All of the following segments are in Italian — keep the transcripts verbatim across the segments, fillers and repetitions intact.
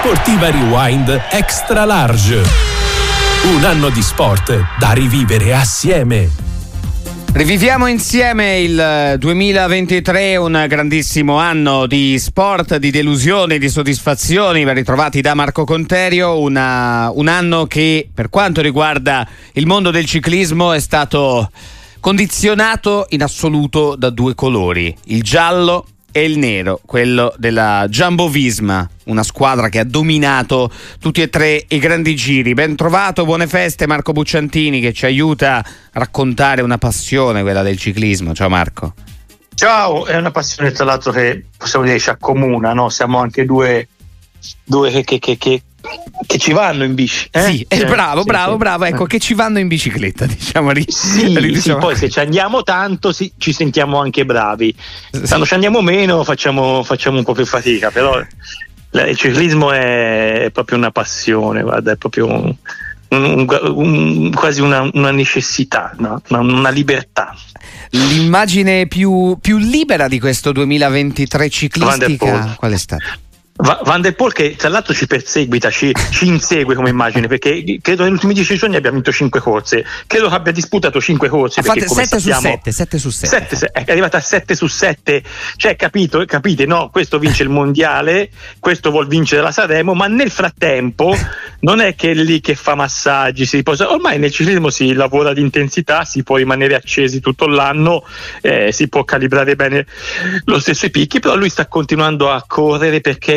Sportiva Rewind Extra Large. Un anno di sport da rivivere assieme. Riviviamo insieme il duemilaventitré, un grandissimo anno di sport, di delusioni, di soddisfazioni. Ben ritrovati da Marco Conterio. Una, un anno che, per quanto riguarda il mondo del ciclismo, è stato condizionato in assoluto da due colori: il giallo e il nero, quello della Jumbo Visma, una squadra che ha dominato tutti e tre i grandi giri. Ben trovato, buone feste Marco Bucciantini, che ci aiuta a raccontare una passione, quella del ciclismo. Ciao Marco. Ciao, è una passione tra l'altro che possiamo dire ci accomuna, no? Siamo anche due, due che, che, che, che, che ci vanno in bici. Eh? Sì, eh, bravo, sì, bravo, sì. bravo, ecco, che ci vanno in bicicletta, diciamo. Ri- sì, ri- sì, poi se ci andiamo tanto sì, ci sentiamo anche bravi. Sì. Quando ci andiamo meno facciamo, facciamo un po' più fatica, però il ciclismo è proprio una passione, guarda, è proprio un, un, un, quasi una, una necessità, no? una, una libertà. L'immagine più, più libera di questo duemilaventitré ciclistica qual è stata? Van der Poel, che tra l'altro ci perseguita, ci, ci insegue come immagine, perché credo negli ultimi dieci giorni abbia vinto cinque corse, credo che abbia disputato cinque corse, perché come sette sappiamo, su sette, sette su sette. sette, è arrivata a sette su sette, cioè capito, capite, no? Questo vince il mondiale, questo vuol vincere la Sanremo, ma nel frattempo non è che è lì che fa massaggi, si riposa. Ormai nel ciclismo si lavora di intensità, si può rimanere accesi tutto l'anno, eh, si può calibrare bene lo stesso i picchi, però lui sta continuando a correre perché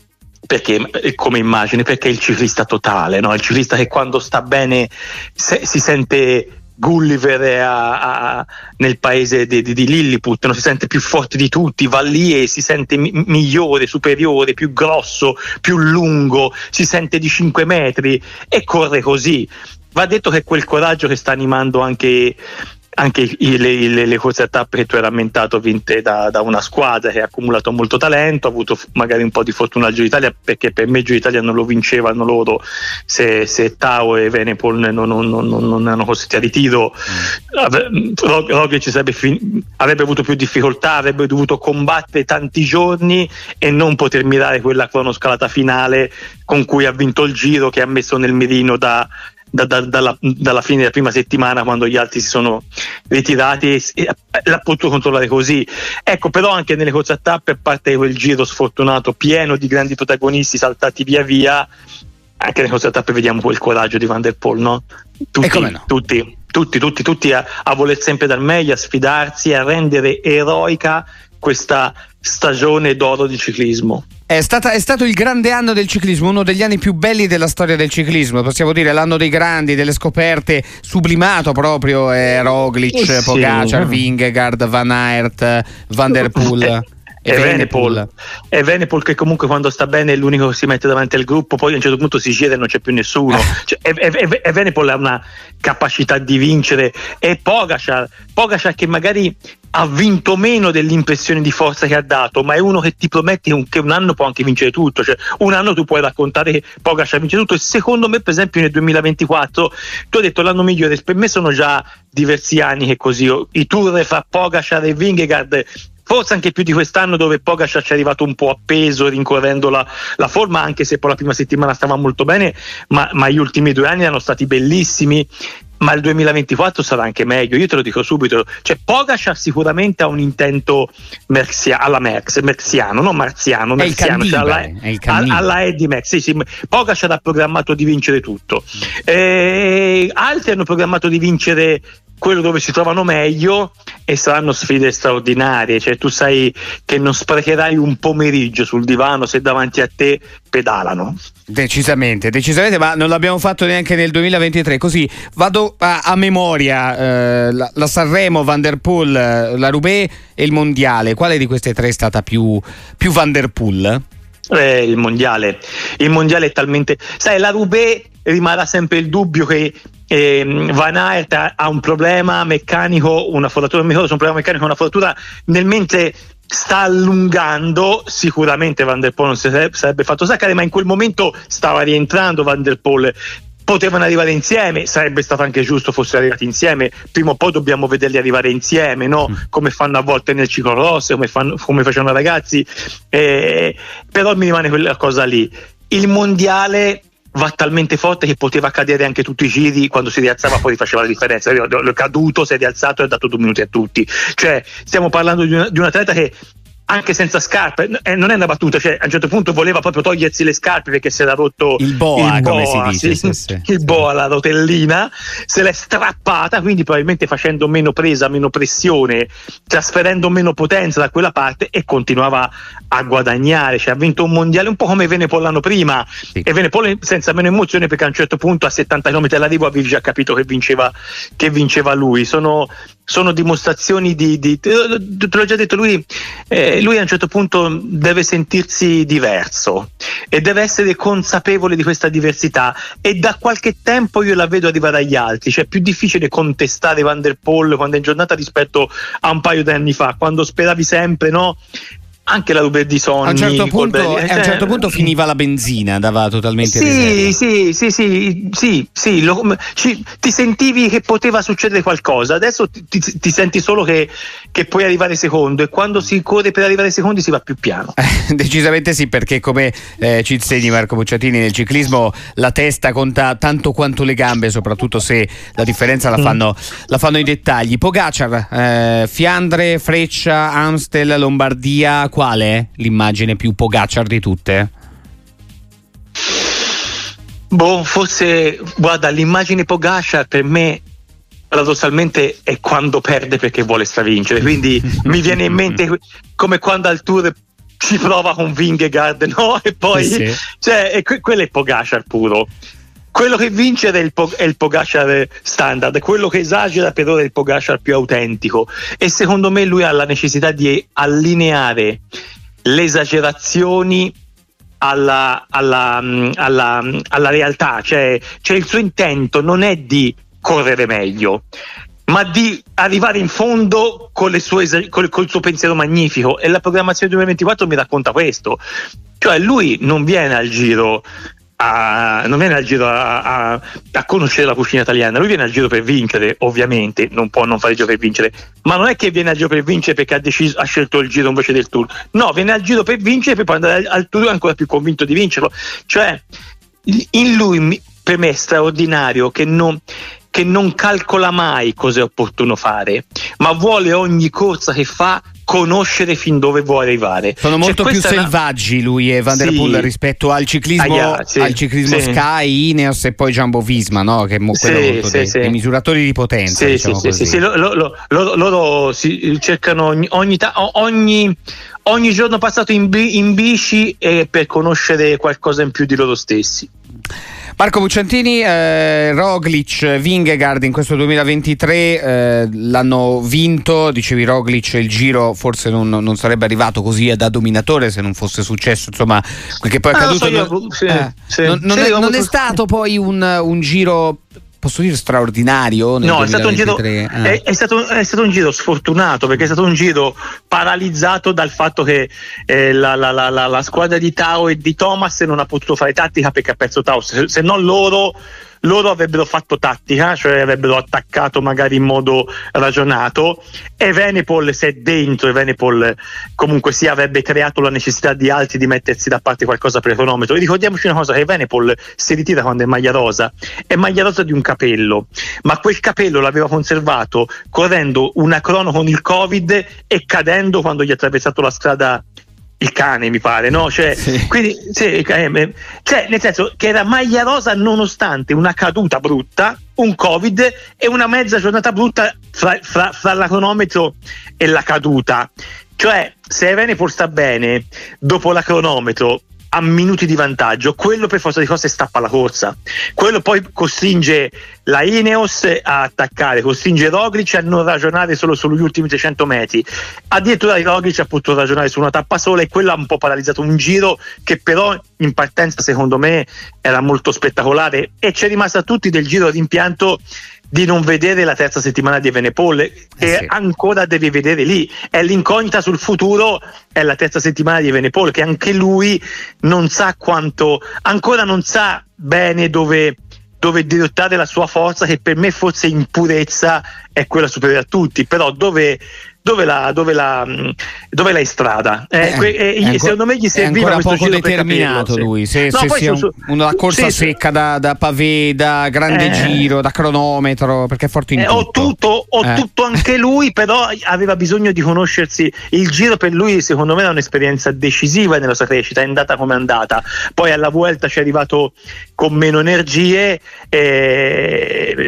perché come immagine, perché è il ciclista totale, no? Il ciclista che quando sta bene se, si sente Gulliver a, a, nel paese di, di, di Lilliput, no? Si sente più forte di tutti, va lì e si sente mi, migliore, superiore, più grosso, più lungo, si sente di cinque metri e corre così. Va detto che quel coraggio che sta animando anche anche le, le, le corse a tappe che tu hai rammentato, vinte da, da una squadra che ha accumulato molto talento, ha avuto magari un po' di fortuna al Giro d'Italia, perché per me il Giro d'Italia non lo vincevano loro se, se Tao e Evenepoel non, non, non, non erano costretti a ritiro. mm. Roglic ci sarebbe fin- avrebbe avuto più difficoltà, avrebbe dovuto combattere tanti giorni e non poter mirare quella cronoscalata finale con cui ha vinto il Giro, che ha messo nel mirino da Da, da, dalla, dalla fine della prima settimana, quando gli altri si sono ritirati, e, e l'ha potuto controllare così. Ecco, però anche nelle corse a tappe, a parte quel Giro sfortunato pieno di grandi protagonisti saltati via via, anche nelle corse a tappe vediamo quel coraggio di Van der Poel, no? Tutti, e come no? tutti, tutti, tutti, tutti a, a voler sempre dar meglio, a sfidarsi, a rendere eroica questa stagione d'oro di ciclismo. È, stata, è stato il grande anno del ciclismo, uno degli anni più belli della storia del ciclismo, possiamo dire l'anno dei grandi, delle scoperte, sublimato proprio eh, Roglic, eh sì. Pogacar, Vingegaard, Van Aert, Van der Poel eh. e Evenepoel. E Evenepoel, che comunque quando sta bene è l'unico che si mette davanti al gruppo, poi a un certo punto si gira e non c'è più nessuno. Cioè, Evenepoel ha una capacità di vincere, e Pogacar, Pogacar che magari ha vinto meno dell'impressione di forza che ha dato, ma è uno che ti promette un, che un anno può anche vincere tutto, cioè un anno tu puoi raccontare che Pogacar vince tutto. E secondo me, per esempio, nel duemilaventiquattro tu hai detto l'anno migliore, per me sono già diversi anni che così i tour fra Pogacar e Vingegaard, forse anche più di quest'anno, dove Pogacar ci è arrivato un po' appeso, rincorrendo la, la forma, anche se poi la prima settimana stava molto bene, ma, ma gli ultimi due anni erano stati bellissimi. Ma il duemilaventiquattro sarà anche meglio, io te lo dico subito. Cioè Pogacar sicuramente ha un intento merzia, alla Merckx, merziano, non marziano, merziano, cioè alla, alla, alla Eddie Merckx. Sì, sì. Pogacar ha programmato di vincere tutto, e altri hanno programmato di vincere quello dove si trovano meglio, e saranno sfide straordinarie. Cioè tu sai che non sprecherai un pomeriggio sul divano se davanti a te pedalano. Decisamente, decisamente, ma non l'abbiamo fatto neanche nel duemilaventitré. Così vado a, a memoria, eh, la, la Sanremo, Van der Poel, la Roubaix e il mondiale. Quale di queste tre è stata più, più Van der Poel? Eh, il mondiale. Il mondiale è talmente, sai, la Roubaix rimarrà sempre il dubbio che eh, Van Aert ha un problema meccanico, una foratura, un problema meccanico, una foratura nel mentre sta allungando. Sicuramente Van der Poel non si sarebbe fatto saccare, ma in quel momento stava rientrando Van der Poel. Potevano arrivare insieme, sarebbe stato anche giusto fossero arrivati insieme, prima o poi dobbiamo vederli arrivare insieme, no? Come fanno a volte nel ciclocross, come, fanno, come facevano i ragazzi, eh, però mi rimane quella cosa lì. il mondiale va talmente forte che poteva cadere anche tutti i giri, quando si rialzava poi faceva la differenza. L'ho caduto, si è rialzato e ha dato due minuti a tutti. Cioè stiamo parlando di, una, di un atleta che anche senza scarpe, eh, non è una battuta, cioè a un certo punto voleva proprio togliersi le scarpe perché si era rotto il boa, il boa come si dice, sì, sì, sì, il sì. boa, la rotellina, se l'è strappata, quindi probabilmente facendo meno presa, meno pressione, trasferendo meno potenza da quella parte, e continuava a guadagnare. Cioè ha vinto un mondiale un po' come Evenepoel l'anno prima, Sì. e Evenepoel senza meno emozione, perché a un certo punto a settanta chilometri all'arrivo avevi già capito che vinceva, che vinceva lui. Sono sono dimostrazioni di, di te l'ho già detto, lui eh, lui a un certo punto deve sentirsi diverso e deve essere consapevole di questa diversità, e da qualche tempo io la vedo arrivare agli altri. Cioè è più difficile contestare Van der Poel quando è in giornata rispetto a un paio di anni fa, quando speravi sempre, no? Anche la Ruber di Sonni a un certo punto, Colbrelli, a un certo punto finiva la benzina, andava totalmente sì, sì, sì, sì, sì, sì, lo, ci, ti sentivi che poteva succedere qualcosa. Adesso ti, ti, ti senti solo che, che puoi arrivare secondo, e quando si corre per arrivare secondi si va più piano. Eh, decisamente sì, perché come eh, ci insegni Marco Bucciatini, nel ciclismo la testa conta tanto quanto le gambe, soprattutto se la differenza la fanno, mm. la fanno i dettagli. Pogacar, eh, Fiandre, Freccia, Amstel, Lombardia, quale è l'immagine più Pogacar di tutte? Boh, forse, guarda, l'immagine Pogacar per me paradossalmente è quando perde perché vuole stravincere, quindi mi viene in mente come quando al Tour ci prova con Vingegaard, no? E poi sì, sì. Cioè, è, quello è Pogacar puro. Quello che vince è il, è il Pogacar standard, quello che esagera però è il Pogacar più autentico, e secondo me lui ha la necessità di allineare le esagerazioni alla, alla, alla, alla realtà. Cioè, cioè il suo intento non è di correre meglio, ma di arrivare in fondo con le sue, col, col suo pensiero magnifico, e la programmazione duemilaventiquattro mi racconta questo. Cioè lui non viene al Giro A, non viene al giro a, a, a conoscere la cucina italiana, lui viene al giro per vincere, ovviamente non può non fare il giro per vincere, ma non è che viene al giro per vincere perché ha, deciso, ha scelto il giro invece del Tour, no, viene al giro per vincere, per poi andare al, al Tour ancora più convinto di vincerlo. Cioè in lui, per me è straordinario che non, che non calcola mai cosa è opportuno fare, ma vuole ogni corsa che fa conoscere fin dove vuole arrivare. Sono molto cioè, più selvaggi lui e Van der Poel, sì, rispetto al ciclismo, ah, sì, al ciclismo sì. Sky, Ineos e poi Jumbo Visma, no? Che è quello sì, molto sì, dei, sì. dei misuratori di potenza. Sì, diciamo sì, così. sì, sì. Loro, loro, loro, loro si cercano ogni, ogni, ogni, ogni giorno passato in, in bici eh, per conoscere qualcosa in più di loro stessi. Marco Bucciantini, eh, Roglic, Vingegaard in questo duemilaventitré eh, l'hanno vinto, dicevi Roglic il Giro forse non, non sarebbe arrivato così da dominatore se non fosse successo insomma quel che poi è accaduto. Ah, so non, sì, eh, sì. non, non, sì, è, non è stato poi un, un Giro, posso dire, straordinario nel no, è stato, un giro, ah. è, è, stato, è stato un giro sfortunato, perché è stato un giro paralizzato dal fatto che eh, la, la, la, la, la squadra di Tao e di Thomas non ha potuto fare tattica perché ha perso Tao, se, se non loro loro avrebbero fatto tattica, cioè avrebbero attaccato magari in modo ragionato, e Evenepoel, se è dentro Evenepoel comunque sì avrebbe creato la necessità di altri di mettersi da parte qualcosa per il cronometro. E ricordiamoci una cosa, che Evenepoel si ritira quando è maglia rosa, è maglia rosa di un capello, ma quel capello l'aveva conservato correndo una crono con il Covid e cadendo quando gli ha attraversato la strada il cane, mi pare, no? Cioè, sì. Quindi, sì, cioè, nel senso che era maglia rosa nonostante una caduta brutta, un Covid e una mezza giornata brutta fra, fra, fra la cronometro e la caduta. Cioè, se Evenepoel sta bene dopo la cronometro a minuti di vantaggio, quello per forza di cose stappa la corsa, quello poi costringe la Ineos a attaccare, costringe Roglic a non ragionare solo sugli ultimi trecento metri, addirittura Roglic ha potuto ragionare su una tappa sola, e quello ha un po' paralizzato un giro che però in partenza secondo me era molto spettacolare, e c'è rimasto a tutti del giro d'impianto di non vedere la terza settimana di Evenepoel, che eh sì. ancora devi vedere lì, è l'incognita sul futuro, è la terza settimana di Evenepoel, che anche lui non sa quanto, ancora non sa bene dove, dove dirottare la sua forza, che per me forse in purezza è quella superiore a tutti, però dove, dove la, dove la, dove la strada. Eh, Eh, que- eh, è secondo ancora- me gli è serviva ancora questo poco giro per determinato capirlo, sì. lui. Se, No, se poi sia su- un- una corsa sì, sì. secca da, da pavé, da grande Eh. giro, da cronometro, perché è forte in Eh, tutto. ho tutto, ho Eh. tutto anche lui, però aveva bisogno di conoscersi. Il giro per lui, secondo me, è un'esperienza decisiva nella sua crescita. È andata come è andata. Poi alla Vuelta ci è arrivato con meno energie e,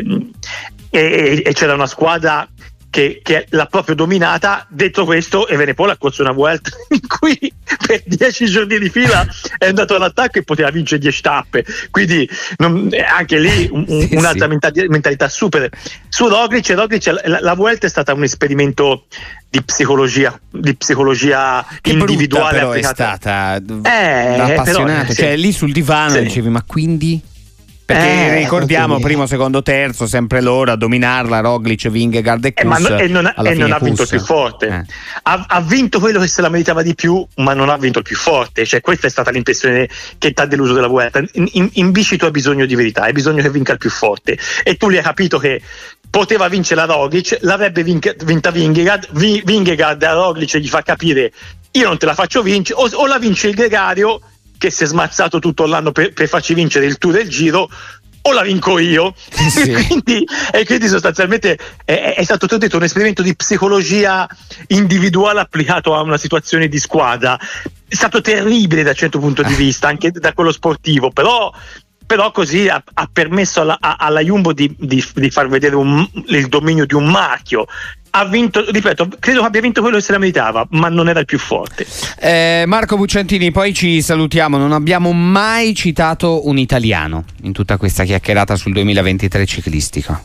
e- e c'era una squadra che, che l'ha proprio dominata. Detto questo, Evenepoel ha corso una Vuelta in cui per dieci giorni di fila è andato all'attacco e poteva vincere dieci tappe, quindi non- anche lì un- un- Sì, un'altra sì. mentalità, mentalità super. Su Roglic, Roglic la, la Vuelta è stata un esperimento di psicologia, di psicologia Che brutta individuale però è applicata. stata Eh, da appassionato, però, cioè sì. lì sul divano Sì. dicevi ma quindi? Perché Eh, ricordiamo quindi- primo, secondo, terzo, sempre loro a dominarla, Roglic, Vingegaard e Eh, ma Kuss. no- e non ha, alla e fine non ha vinto Kuss. il più forte. Eh. Ha, ha vinto quello che se la meritava di più, ma non ha vinto il più forte. Cioè, questa è stata l'impressione che ti ha deluso della Vuelta. In, in, in bici tu hai bisogno di verità, hai bisogno che vinca il più forte. E tu lì hai capito che poteva vincere la Roglic, l'avrebbe vinca, vinta Vingegaard. Vi, Vingegaard a Roglic gli fa capire: io non te la faccio vincere, o, o la vince il gregario, che si è smazzato tutto l'anno per, per farci vincere il Tour del Giro, o la vinco io. Sì. e, quindi, e quindi sostanzialmente è, è stato, ti ho detto, un esperimento di psicologia individuale applicato a una situazione di squadra. È stato terribile da un certo punto di vista, anche da quello sportivo, però però così ha, ha permesso alla, a- alla Jumbo di, di, di far vedere un, il dominio di un marchio. Ha vinto, ripeto, credo che abbia vinto quello che se la meritava, ma non era il più forte. Eh, Marco Bucciantini, poi ci salutiamo. Non abbiamo mai citato un italiano in tutta questa chiacchierata sul duemilaventitré ciclistico.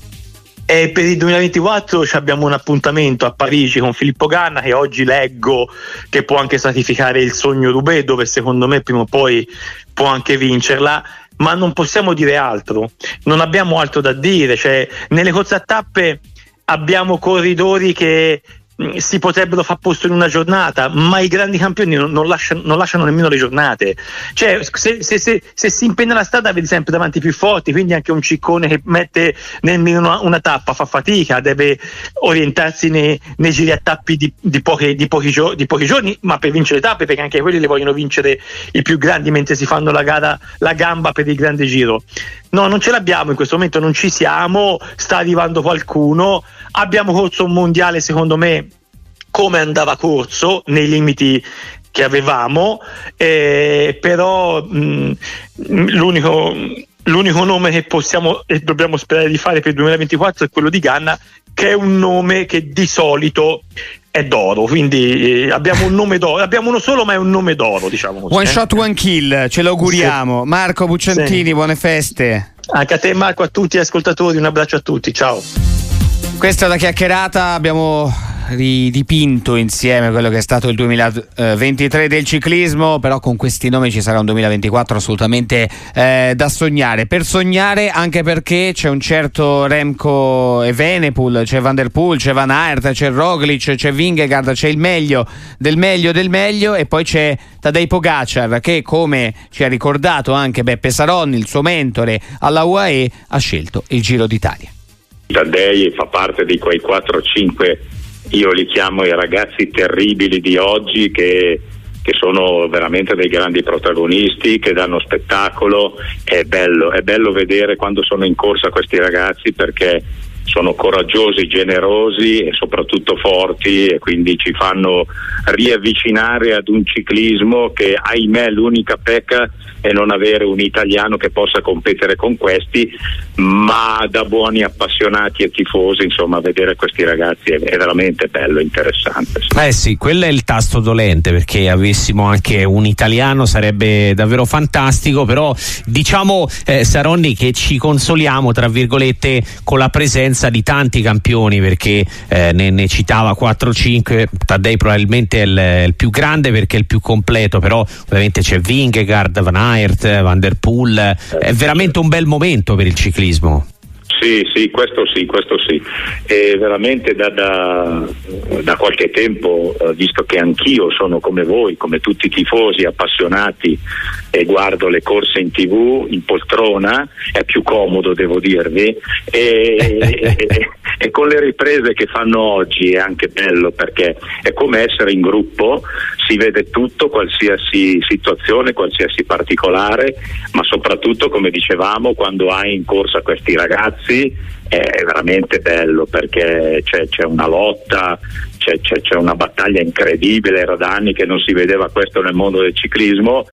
E per il duemilaventiquattro ci abbiamo un appuntamento a Parigi con Filippo Ganna, che oggi leggo che può anche stratificare il sogno Roubaix, dove secondo me prima o poi può anche vincerla. Ma non possiamo dire altro, non abbiamo altro da dire. Cioè, nelle corse a tappe abbiamo corridori che mh, si potrebbero far posto in una giornata, ma i grandi campioni non, non, lasciano, non lasciano nemmeno le giornate. Cioè, se, se, se, se si impegna la strada vedi sempre davanti i più forti, quindi anche un ciccone che mette nel una, una tappa fa fatica, deve orientarsi nei, nei giri a tappi di, di, pochi, di, pochi gio- di pochi giorni, ma per vincere le tappe, perché anche quelli le vogliono vincere i più grandi mentre si fanno la gara, la gamba per il grande giro. No, non ce l'abbiamo in questo momento, non ci siamo, sta arrivando qualcuno. Abbiamo corso un mondiale, secondo me, come andava corso, nei limiti che avevamo, eh, però mh, l'unico, l'unico nome che possiamo e dobbiamo sperare di fare per il duemilaventiquattro è quello di Ganna, che è un nome che di solito è d'oro, quindi eh, abbiamo un nome d'oro, abbiamo uno solo ma è un nome d'oro, diciamo così. One eh. shot, one kill, ce lo auguriamo. Sì. Marco Bucciantini, Sì. buone feste. Anche a te Marco, a tutti gli ascoltatori, un abbraccio a tutti, ciao. Questa è la chiacchierata, abbiamo ridipinto insieme quello che è stato il duemilaventitré del ciclismo, però con questi nomi ci sarà un duemilaventiquattro assolutamente eh, da sognare, per sognare, anche perché c'è un certo Remco Evenepoel, c'è Van der Poel, c'è Van Aert, c'è Roglic, c'è Vingegaard, c'è il meglio del meglio del meglio, e poi c'è Tadej Pogacar che, come ci ha ricordato anche Beppe Saronni, il suo mentore alla U A E, ha scelto il Giro d'Italia. Tadej fa parte di quei quattro cinque, io li chiamo i ragazzi terribili di oggi, che, che sono veramente dei grandi protagonisti, che danno spettacolo. È bello, è bello vedere quando sono in corsa questi ragazzi, perché sono coraggiosi, generosi e soprattutto forti, e quindi ci fanno riavvicinare ad un ciclismo che, ahimè, l'unica pecca è non avere un italiano che possa competere con questi, ma da buoni appassionati e tifosi, insomma, vedere questi ragazzi è, è veramente bello, interessante. Eh sì, quello è il tasto dolente, perché avessimo anche un italiano sarebbe davvero fantastico, però diciamo eh, Saronni che ci consoliamo tra virgolette con la presenza di tanti campioni, perché eh, ne, ne citava quattro cinque, Tadej probabilmente è il, il più grande perché è il più completo, però ovviamente c'è Vingegaard, Van Aert, Van der Poel, è veramente un bel momento per il ciclismo. Sì, sì, questo sì, questo sì. E veramente da, da, da qualche tempo, eh, visto che anch'io sono come voi, come tutti i tifosi appassionati e guardo le corse in tv in poltrona, è più comodo, devo dirvi, e, e, e, e con le riprese che fanno oggi è anche bello, perché è come essere in gruppo, si vede tutto, qualsiasi situazione, qualsiasi particolare, ma soprattutto, come dicevamo, quando hai in corsa questi ragazzi è veramente bello, perché c'è, c'è una lotta, c'è, c'è, c'è una battaglia incredibile, era da anni che non si vedeva questo nel mondo del ciclismo.